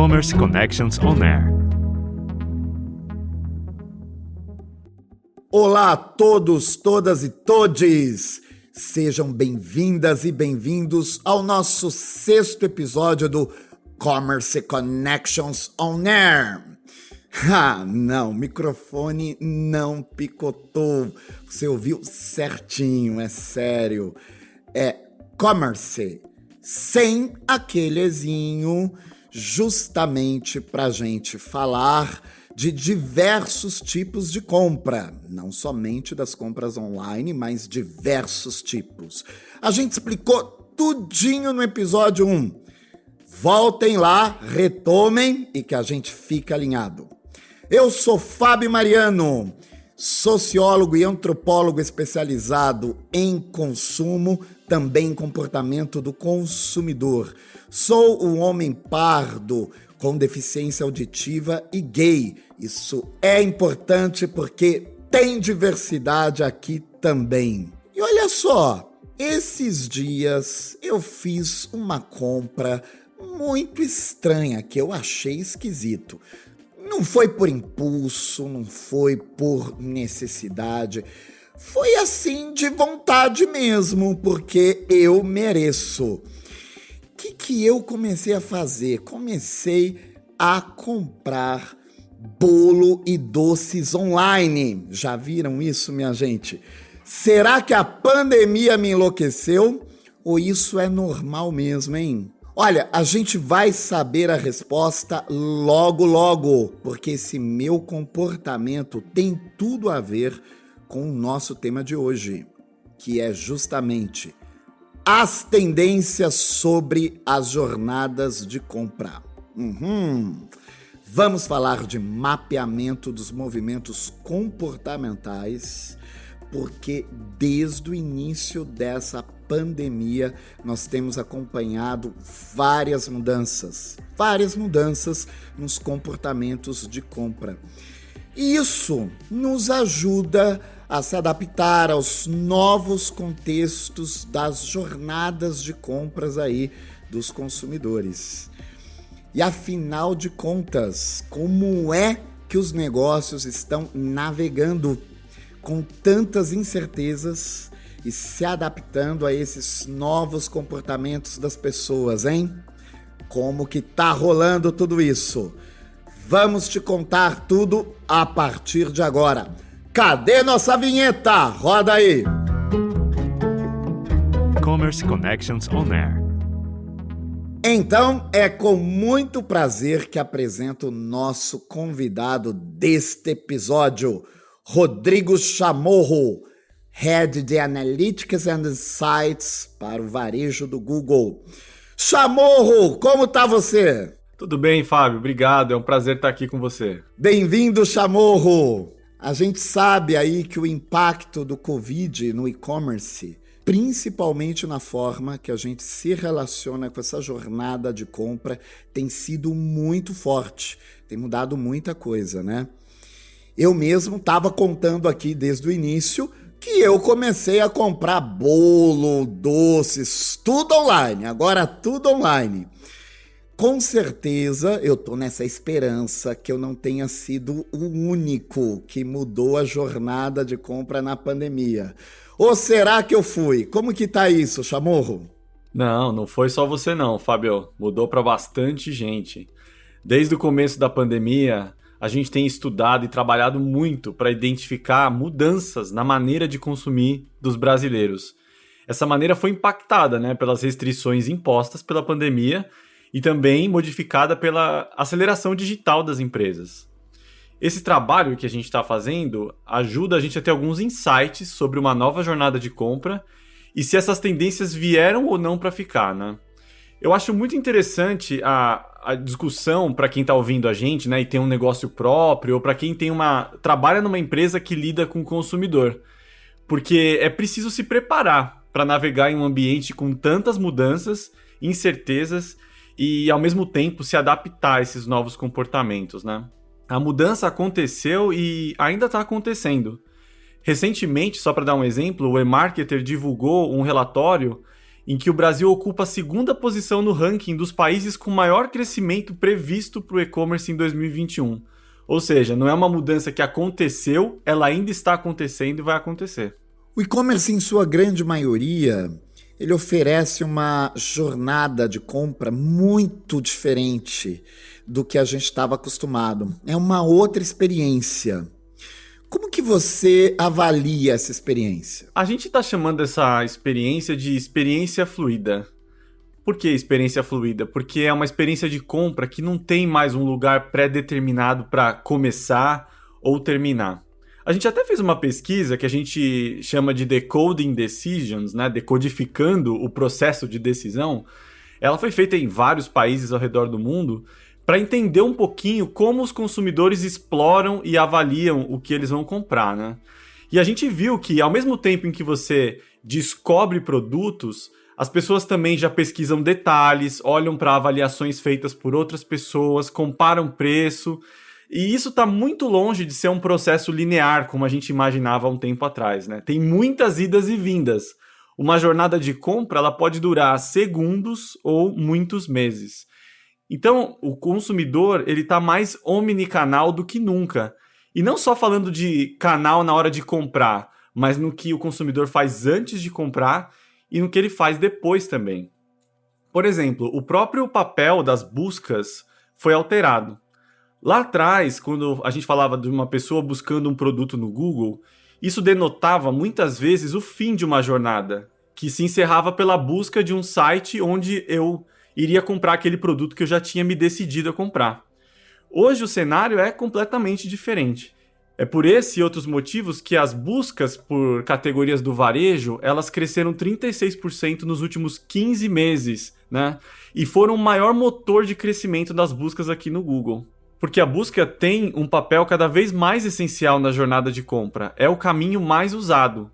Commerce Connections On Air. Olá a todos, todas e todes! Sejam bem-vindas e bem-vindos ao nosso 6º episódio do Commerce Connections On Air. Não, o microfone não picotou. Você ouviu certinho, é sério. É commerce, sem aquele ezinho, justamente pra gente falar de diversos tipos de compra, não somente das compras online, mas diversos tipos. A gente explicou tudinho no episódio 1. Voltem lá, retomem e que a gente fique alinhado. Eu sou Fábio Mariano, sociólogo e antropólogo especializado em consumo, também em comportamento do consumidor. Sou um homem pardo, com deficiência auditiva e gay. Isso é importante porque tem diversidade aqui também. E olha só, esses dias eu fiz uma compra muito estranha que eu achei esquisito. Não foi por impulso, não foi por necessidade, foi assim de vontade mesmo, porque eu mereço. O que eu comecei a fazer? Comecei a comprar bolo e doces online. Já viram isso, minha gente? Será que a pandemia me enlouqueceu? Ou isso é normal mesmo, hein? Olha, a gente vai saber a resposta logo, logo, porque esse meu comportamento tem tudo a ver com o nosso tema de hoje, que é justamente as tendências sobre as jornadas de compra. Vamos falar de mapeamento dos movimentos comportamentais, porque desde o início dessa pandemia nós temos acompanhado várias mudanças nos comportamentos de compra. Isso nos ajuda a se adaptar aos novos contextos das jornadas de compras aí dos consumidores. E afinal de contas, como é que os negócios estão navegando com tantas incertezas e se adaptando a esses novos comportamentos das pessoas, hein? Como que tá rolando tudo isso? Vamos te contar tudo a partir de agora. Cadê nossa vinheta? Roda aí! Commerce Connections On Air. Então, é com muito prazer que apresento o nosso convidado deste episódio, Rodrigo Chamorro, Head de Analytics and Insights para o varejo do Google. Chamorro, como tá você? Tudo bem, Fábio, obrigado, é um prazer estar aqui com você. Bem-vindo, Chamorro! A gente sabe aí que o impacto do Covid no e-commerce, principalmente na forma que a gente se relaciona com essa jornada de compra, tem sido muito forte, tem mudado muita coisa, né? Eu mesmo estava contando aqui desde o início que eu comecei a comprar bolo, doces, tudo online, agora tudo online. Com certeza eu tô nessa esperança que eu não tenha sido o único que mudou a jornada de compra na pandemia. Ou será que eu fui? Como que tá isso, Chamorro? Não foi só você não, Fábio. Mudou para bastante gente. Desde o começo da pandemia, a gente tem estudado e trabalhado muito para identificar mudanças na maneira de consumir dos brasileiros. Essa maneira foi impactada, pelas restrições impostas pela pandemia e também modificada pela aceleração digital das empresas. Esse trabalho que a gente está fazendo ajuda a gente a ter alguns insights sobre uma nova jornada de compra e se essas tendências vieram ou não para ficar, Eu acho muito interessante a discussão para quem está ouvindo a gente, e tem um negócio próprio, ou para quem trabalha numa empresa que lida com o consumidor. Porque é preciso se preparar para navegar em um ambiente com tantas mudanças, incertezas e, ao mesmo tempo, se adaptar a esses novos comportamentos, A mudança aconteceu e ainda está acontecendo. Recentemente, só para dar um exemplo, o eMarketer divulgou um relatório em que o Brasil ocupa a segunda posição no ranking dos países com maior crescimento previsto para o e-commerce em 2021. Ou seja, não é uma mudança que aconteceu, ela ainda está acontecendo e vai acontecer. O e-commerce, em sua grande maioria, ele oferece uma jornada de compra muito diferente do que a gente estava acostumado. É uma outra experiência. Como que você avalia essa experiência? A gente está chamando essa experiência de experiência fluida. Por que experiência fluida? Porque é uma experiência de compra que não tem mais um lugar pré-determinado para começar ou terminar. A gente até fez uma pesquisa que a gente chama de Decoding Decisions, né? Decodificando o processo de decisão. Ela foi feita em vários países ao redor do mundo para entender um pouquinho como os consumidores exploram e avaliam o que eles vão comprar, né? E a gente viu que, ao mesmo tempo em que você descobre produtos, as pessoas também já pesquisam detalhes, olham para avaliações feitas por outras pessoas, comparam preço. E isso está muito longe de ser um processo linear, como a gente imaginava há um tempo atrás, né? Tem muitas idas e vindas. Uma jornada de compra ela pode durar segundos ou muitos meses. Então, o consumidor ele está mais omnicanal do que nunca. E não só falando de canal na hora de comprar, mas no que o consumidor faz antes de comprar e no que ele faz depois também. Por exemplo, o próprio papel das buscas foi alterado. Lá atrás, quando a gente falava de uma pessoa buscando um produto no Google, isso denotava muitas vezes o fim de uma jornada, que se encerrava pela busca de um site onde eu iria comprar aquele produto que eu já tinha me decidido a comprar. Hoje o cenário é completamente diferente. É por esse e outros motivos que as buscas por categorias do varejo, elas cresceram 36% nos últimos 15 meses, né? E foram o maior motor de crescimento das buscas aqui no Google. Porque a busca tem um papel cada vez mais essencial na jornada de compra. É o caminho mais usado.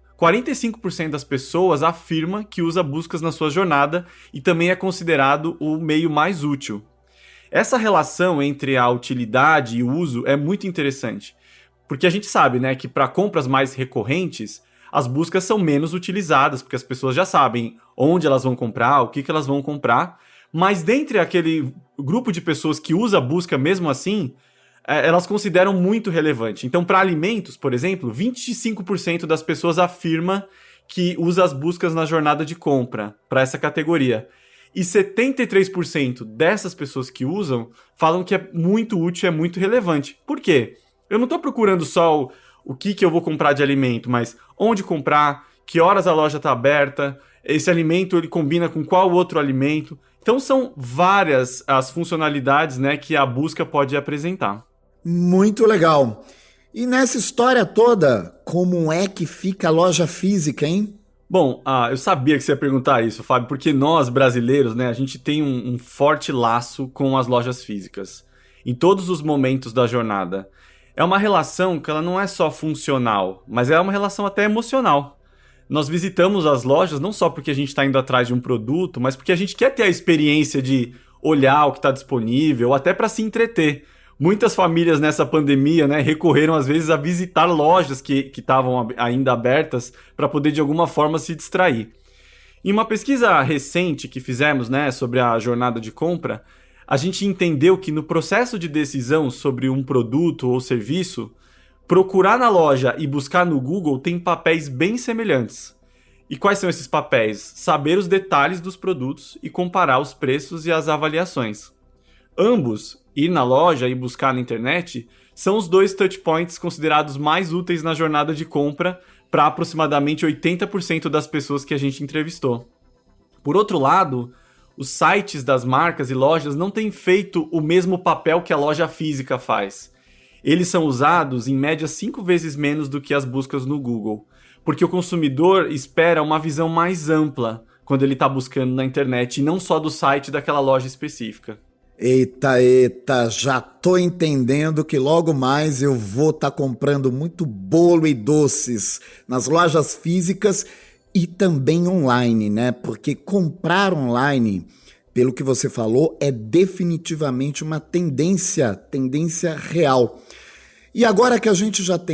45% das pessoas afirma que usa buscas na sua jornada e também é considerado o meio mais útil. Essa relação entre a utilidade e o uso é muito interessante. Porque a gente sabe, né, que para compras mais recorrentes, as buscas são menos utilizadas, porque as pessoas já sabem onde elas vão comprar, o que elas vão comprar. Mas dentre aquele grupo de pessoas que usa a busca mesmo assim, elas consideram muito relevante. Então, para alimentos, por exemplo, 25% das pessoas afirma que usa as buscas na jornada de compra para essa categoria. E 73% dessas pessoas que usam falam que é muito útil, é muito relevante. Por quê? Eu não estou procurando só o que eu vou comprar de alimento, mas onde comprar, que horas a loja está aberta, esse alimento ele combina com qual outro alimento. Então são várias as funcionalidades, né, que a busca pode apresentar. Muito legal. E nessa história toda, como é que fica a loja física, hein? Bom, eu sabia que você ia perguntar isso, Fábio, porque nós, brasileiros, né, a gente tem um forte laço com as lojas físicas, em todos os momentos da jornada. É uma relação que ela não é só funcional, mas é uma relação até emocional. Nós visitamos as lojas não só porque a gente está indo atrás de um produto, mas porque a gente quer ter a experiência de olhar o que está disponível, até para se entreter. Muitas famílias nessa pandemia, né, recorreram às vezes a visitar lojas que estavam ainda abertas para poder de alguma forma se distrair. Em uma pesquisa recente que fizemos, né, sobre a jornada de compra, a gente entendeu que no processo de decisão sobre um produto ou serviço, procurar na loja e buscar no Google tem papéis bem semelhantes. E quais são esses papéis? Saber os detalhes dos produtos e comparar os preços e as avaliações. Ambos, ir na loja e buscar na internet, são os dois touchpoints considerados mais úteis na jornada de compra para aproximadamente 80% das pessoas que a gente entrevistou. Por outro lado, os sites das marcas e lojas não têm feito o mesmo papel que a loja física faz. Eles são usados em média 5 vezes menos do que as buscas no Google, porque o consumidor espera uma visão mais ampla quando ele está buscando na internet e não só do site daquela loja específica. Eita, já tô entendendo que logo mais eu vou estar comprando muito bolo e doces nas lojas físicas e também online, né? Porque comprar online, pelo que você falou, é definitivamente uma tendência real. E agora que a gente já tem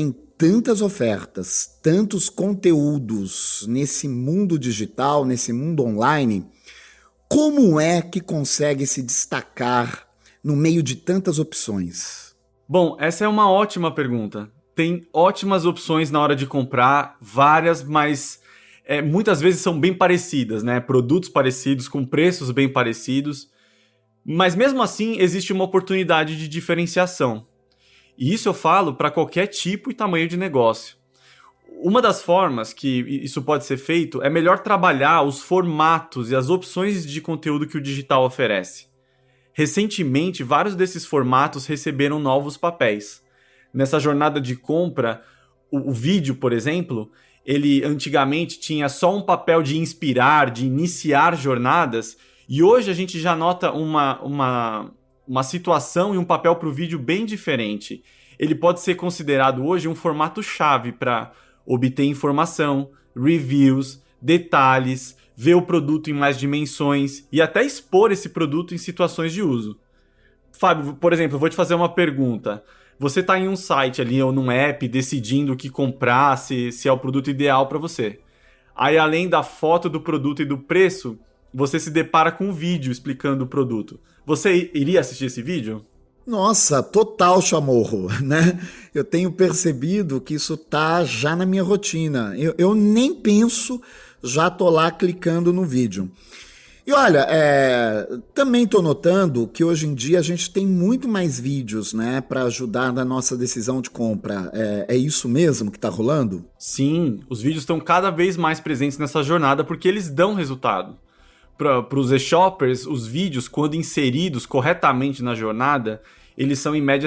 tantas ofertas, tantos conteúdos nesse mundo digital, nesse mundo online, como é que consegue se destacar no meio de tantas opções? Bom, essa é uma ótima pergunta. Tem ótimas opções na hora de comprar, várias, mas muitas vezes são bem parecidas, né? Produtos parecidos, com preços bem parecidos. Mas mesmo assim, existe uma oportunidade de diferenciação. E isso eu falo para qualquer tipo e tamanho de negócio. Uma das formas que isso pode ser feito é melhor trabalhar os formatos e as opções de conteúdo que o digital oferece. Recentemente, vários desses formatos receberam novos papéis. Nessa jornada de compra, o vídeo, por exemplo, ele antigamente tinha só um papel de inspirar, de iniciar jornadas, e hoje a gente já nota uma situação e um papel para o vídeo bem diferente. Ele pode ser considerado hoje um formato chave para obter informação, reviews, detalhes, ver o produto em mais dimensões e até expor esse produto em situações de uso. Fábio, por exemplo, eu vou te fazer uma pergunta. Você está em um site ali ou num app decidindo o que comprar, se é o produto ideal para você. Aí, além da foto do produto e do preço, você se depara com um vídeo explicando o produto. Você iria assistir esse vídeo? Nossa, total, Chamorro, né? Eu tenho percebido que isso tá já na minha rotina. Eu nem penso, já tô lá clicando no vídeo. E olha, também tô notando que hoje em dia a gente tem muito mais vídeos, né, para ajudar na nossa decisão de compra. É isso mesmo que tá rolando? Sim, os vídeos estão cada vez mais presentes nessa jornada porque eles dão resultado. Para os e-shoppers, os vídeos, quando inseridos corretamente na jornada, eles são em média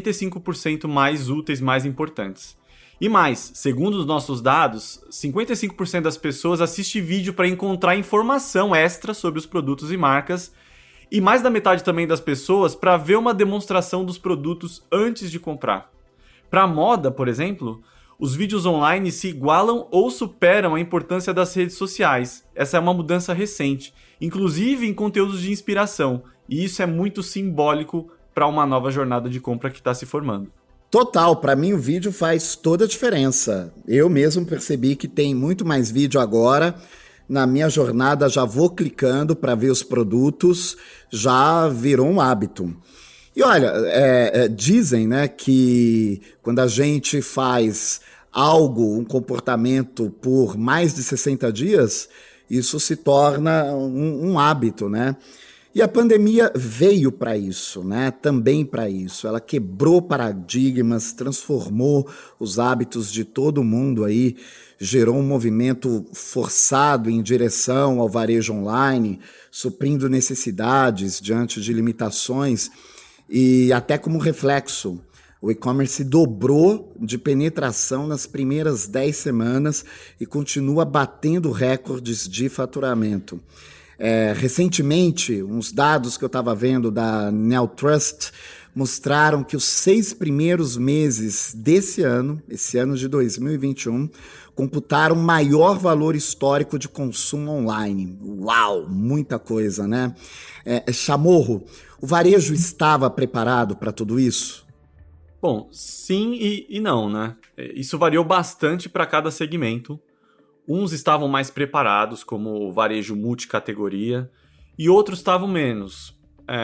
65% mais úteis, mais importantes. E mais, segundo os nossos dados, 55% das pessoas assistem vídeo para encontrar informação extra sobre os produtos e marcas, e mais da metade também das pessoas para ver uma demonstração dos produtos antes de comprar. Para a moda, por exemplo, os vídeos online se igualam ou superam a importância das redes sociais. Essa é uma mudança recente, inclusive em conteúdos de inspiração, e isso é muito simbólico para uma nova jornada de compra que está se formando. Total, para mim o vídeo faz toda a diferença. Eu mesmo percebi que tem muito mais vídeo agora. Na minha jornada já vou clicando para ver os produtos, já virou um hábito. E olha, dizem, né, que quando a gente faz algo, um comportamento por mais de 60 dias, isso se torna um hábito, né? E a pandemia veio para isso, né? Também para isso. Ela quebrou paradigmas, transformou os hábitos de todo mundo aí, gerou um movimento forçado em direção ao varejo online, suprindo necessidades diante de limitações. E até como reflexo, o e-commerce dobrou de penetração nas primeiras 10 semanas e continua batendo recordes de faturamento. Recentemente, uns dados que eu estava vendo da Neltrust mostraram que os 6 primeiros meses desse ano, esse ano de 2021, computaram o maior valor histórico de consumo online. Uau, muita coisa, né? Chamorro, o varejo estava preparado para tudo isso? Bom, sim e não, né? Isso variou bastante para cada segmento. Uns estavam mais preparados, como o varejo multicategoria, e outros estavam menos,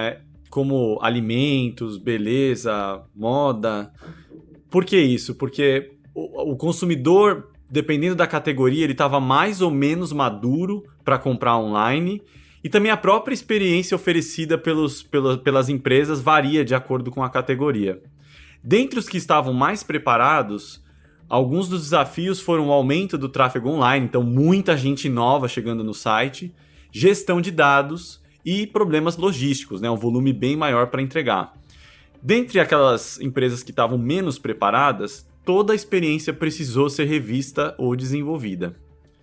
como alimentos, beleza, moda. Por que isso? Porque o consumidor, dependendo da categoria, ele estava mais ou menos maduro para comprar online, e também a própria experiência oferecida pelas empresas varia de acordo com a categoria. Dentre os que estavam mais preparados, alguns dos desafios foram o aumento do tráfego online, então muita gente nova chegando no site, gestão de dados e problemas logísticos, né, um volume bem maior para entregar. Dentre aquelas empresas que estavam menos preparadas, toda a experiência precisou ser revista ou desenvolvida.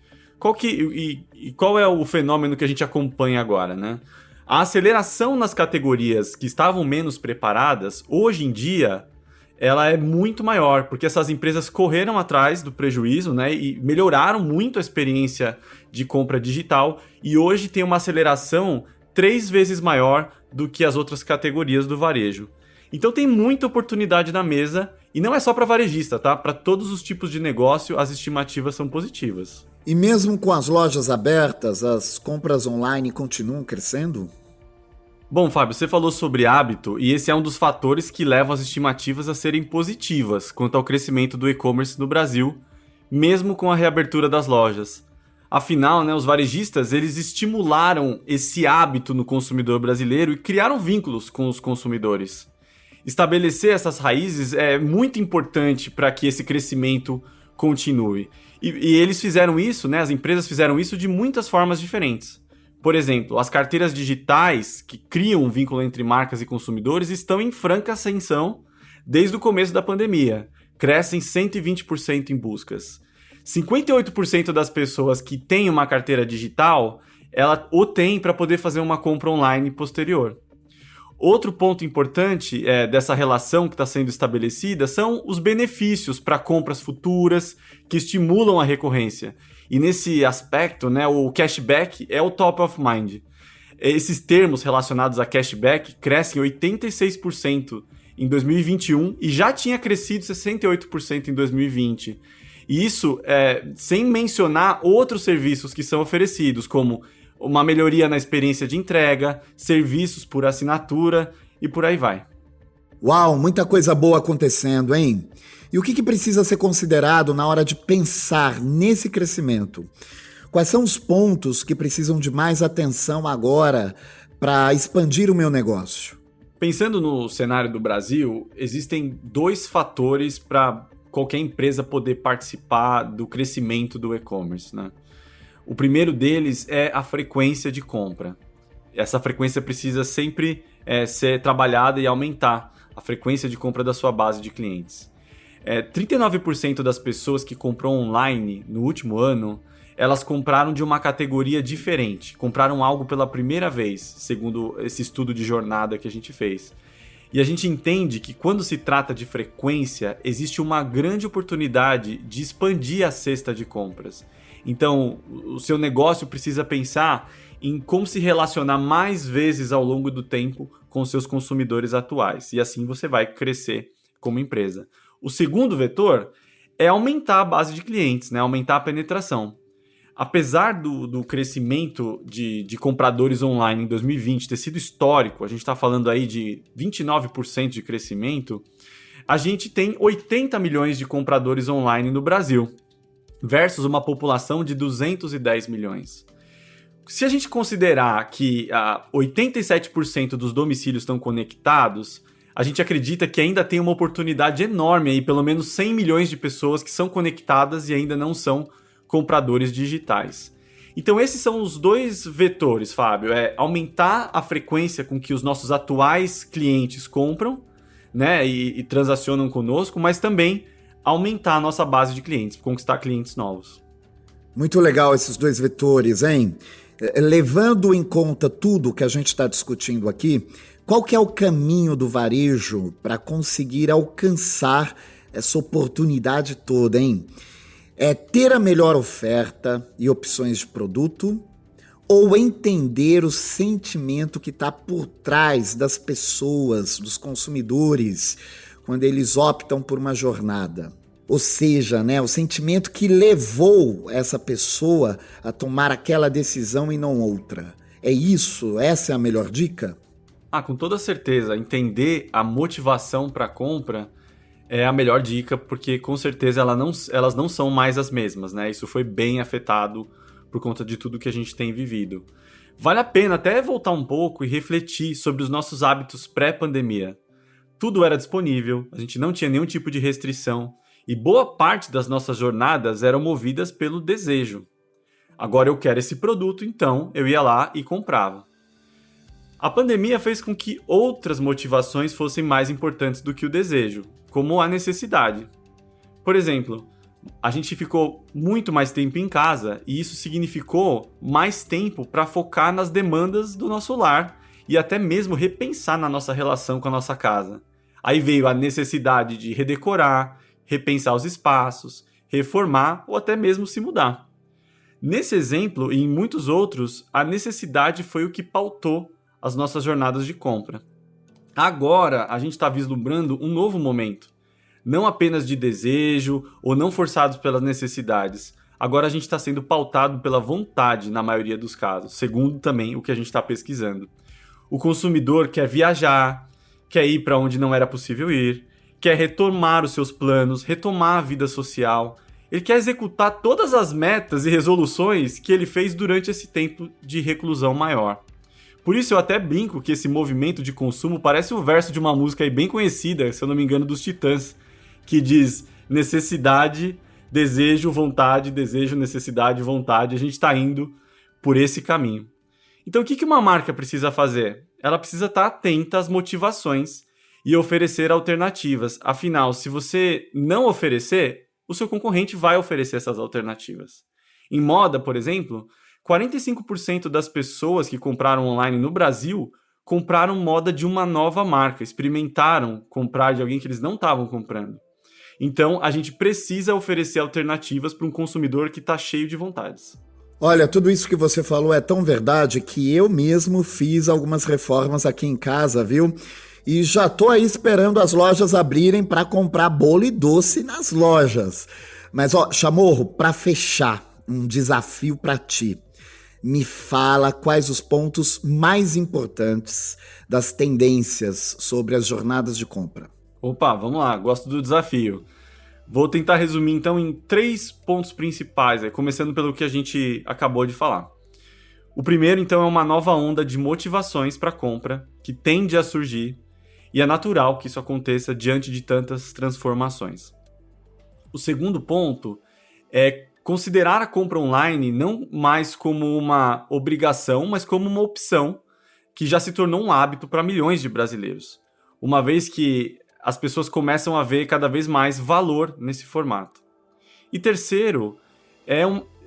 Qual é o fenômeno que a gente acompanha agora, né? A aceleração nas categorias que estavam menos preparadas, hoje em dia, ela é muito maior, porque essas empresas correram atrás do prejuízo, né, e melhoraram muito a experiência de compra digital, e hoje tem uma aceleração 3 vezes maior do que as outras categorias do varejo. Então tem muita oportunidade na mesa, E não é só para varejista, tá? Para todos os tipos de negócio, as estimativas são positivas. E mesmo com as lojas abertas, as compras online continuam crescendo? Bom, Fábio, você falou sobre hábito e esse é um dos fatores que levam as estimativas a serem positivas quanto ao crescimento do e-commerce no Brasil, mesmo com a reabertura das lojas. Afinal, os varejistas eles estimularam esse hábito no consumidor brasileiro e criaram vínculos com os consumidores. Estabelecer essas raízes é muito importante para que esse crescimento continue. E eles fizeram isso, as empresas fizeram isso de muitas formas diferentes. Por exemplo, as carteiras digitais, que criam um vínculo entre marcas e consumidores, estão em franca ascensão desde o começo da pandemia. Crescem 120% em buscas. 58% das pessoas que têm uma carteira digital, ela o tem para poder fazer uma compra online posterior. Outro ponto importante dessa relação que está sendo estabelecida são os benefícios para compras futuras que estimulam a recorrência. E nesse aspecto, o cashback é o top of mind. Esses termos relacionados a cashback crescem 86% em 2021 e já tinha crescido 68% em 2020. E isso sem mencionar outros serviços que são oferecidos, como uma melhoria na experiência de entrega, serviços por assinatura e por aí vai. Uau, muita coisa boa acontecendo, hein? E o que precisa ser considerado na hora de pensar nesse crescimento? Quais são os pontos que precisam de mais atenção agora para expandir o meu negócio? Pensando no cenário do Brasil, existem 2 fatores para qualquer empresa poder participar do crescimento do e-commerce, O primeiro deles é a frequência de compra. Essa frequência precisa sempre ser trabalhada e aumentar a frequência de compra da sua base de clientes. 39% das pessoas que comprou online no último ano, elas compraram de uma categoria diferente, compraram algo pela primeira vez, segundo esse estudo de jornada que a gente fez. E a gente entende que quando se trata de frequência, existe uma grande oportunidade de expandir a cesta de compras. Então, o seu negócio precisa pensar em como se relacionar mais vezes ao longo do tempo com seus consumidores atuais. E assim você vai crescer como empresa. O segundo vetor é aumentar a base de clientes, aumentar a penetração. Apesar do crescimento de compradores online em 2020 ter sido histórico, a gente está falando aí de 29% de crescimento, a gente tem 80 milhões de compradores online no Brasil, versus uma população de 210 milhões. Se a gente considerar que 87% dos domicílios estão conectados, a gente acredita que ainda tem uma oportunidade enorme aí, pelo menos 100 milhões de pessoas que são conectadas e ainda não são compradores digitais. Então esses são os 2 vetores, Fábio, aumentar a frequência com que os nossos atuais clientes compram, e transacionam conosco, mas também aumentar a nossa base de clientes, conquistar clientes novos. Muito legal esses 2 vetores, hein? Levando em conta tudo que a gente está discutindo aqui, qual que é o caminho do varejo para conseguir alcançar essa oportunidade toda, hein? É ter a melhor oferta e opções de produto ou entender o sentimento que está por trás das pessoas, dos consumidores, quando eles optam por uma jornada? Ou seja, o sentimento que levou essa pessoa a tomar aquela decisão e não outra. É isso? Essa é a melhor dica? Com toda certeza. Entender a motivação para a compra é a melhor dica, porque com certeza elas não são mais as mesmas, Isso foi bem afetado por conta de tudo que a gente tem vivido. Vale a pena até voltar um pouco e refletir sobre os nossos hábitos pré-pandemia. Tudo era disponível, a gente não tinha nenhum tipo de restrição e boa parte das nossas jornadas eram movidas pelo desejo. Agora eu quero esse produto, então eu ia lá e comprava. A pandemia fez com que outras motivações fossem mais importantes do que o desejo, como a necessidade. Por exemplo, a gente ficou muito mais tempo em casa e isso significou mais tempo para focar nas demandas do nosso lar e até mesmo repensar na nossa relação com a nossa casa. Aí veio a necessidade de redecorar, repensar os espaços, reformar ou até mesmo se mudar. Nesse exemplo e em muitos outros, a necessidade foi o que pautou as nossas jornadas de compra. Agora, a gente está vislumbrando um novo momento. não apenas de desejo ou não forçados pelas necessidades. Agora a gente está sendo pautado pela vontade na maioria dos casos, segundo também o que a gente está pesquisando. O consumidor quer viajar, quer ir para onde não era possível ir, quer retomar os seus planos, retomar a vida social. Ele quer executar todas as metas e resoluções que ele fez durante esse tempo de reclusão maior. Por isso eu até brinco que esse movimento de consumo parece o verso de uma música aí bem conhecida, se eu não me engano, dos Titãs, que diz necessidade, desejo, vontade, desejo, necessidade, vontade. A gente está indo por esse caminho. Então o que uma marca precisa fazer? Ela precisa estar atenta às motivações e oferecer alternativas. Afinal, se você não oferecer, o seu concorrente vai oferecer essas alternativas. Em moda, por exemplo, 45% das pessoas que compraram online no Brasil compraram moda de uma nova marca, experimentaram comprar de alguém que eles não estavam comprando. Então, a gente precisa oferecer alternativas para um consumidor que está cheio de vontades. Olha, tudo isso que você falou é tão verdade que eu mesmo fiz algumas reformas aqui em casa, viu? E já tô aí esperando as lojas abrirem para comprar bolo e doce nas lojas. Mas, ó, Chamorro, para fechar, um desafio para ti. Me fala quais os pontos mais importantes das tendências sobre as jornadas de compra. Opa, vamos lá, gosto do desafio. Vou tentar resumir então em 3 pontos principais, começando pelo que a gente acabou de falar. O primeiro então é uma nova onda de motivações para compra que tende a surgir e é natural que isso aconteça diante de tantas transformações. O segundo ponto é considerar a compra online não mais como uma obrigação, mas como uma opção que já se tornou um hábito para milhões de brasileiros, uma vez que as pessoas começam a ver cada vez mais valor nesse formato. E terceiro, é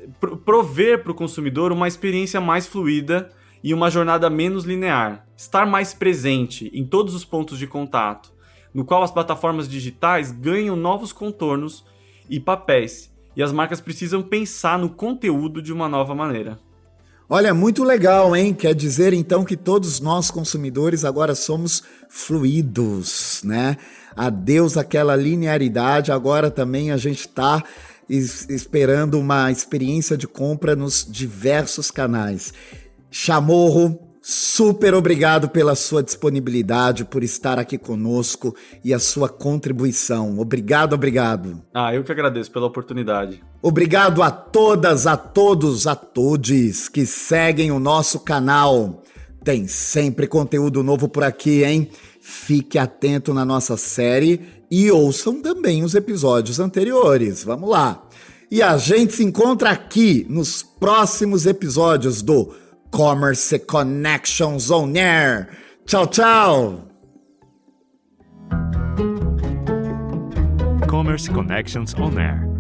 prover para o consumidor uma experiência mais fluida e uma jornada menos linear. Estar mais presente em todos os pontos de contato, no qual as plataformas digitais ganham novos contornos e papéis, e as marcas precisam pensar no conteúdo de uma nova maneira. Olha, muito legal, hein? Quer dizer, então, que todos nós, consumidores, agora somos fluidos, né? Adeus aquela linearidade, agora também a gente está esperando uma experiência de compra nos diversos canais. Chamorro, super obrigado pela sua disponibilidade, por estar aqui conosco e a sua contribuição. Obrigado, obrigado. Eu que agradeço pela oportunidade. Obrigado a todas, a todos, a todes que seguem o nosso canal. Tem sempre conteúdo novo por aqui, hein? Fique atento na nossa série e ouçam também os episódios anteriores. Vamos lá. E a gente se encontra aqui nos próximos episódios do Commerce Connections On Air. Tchau, tchau! Commerce Connections On Air.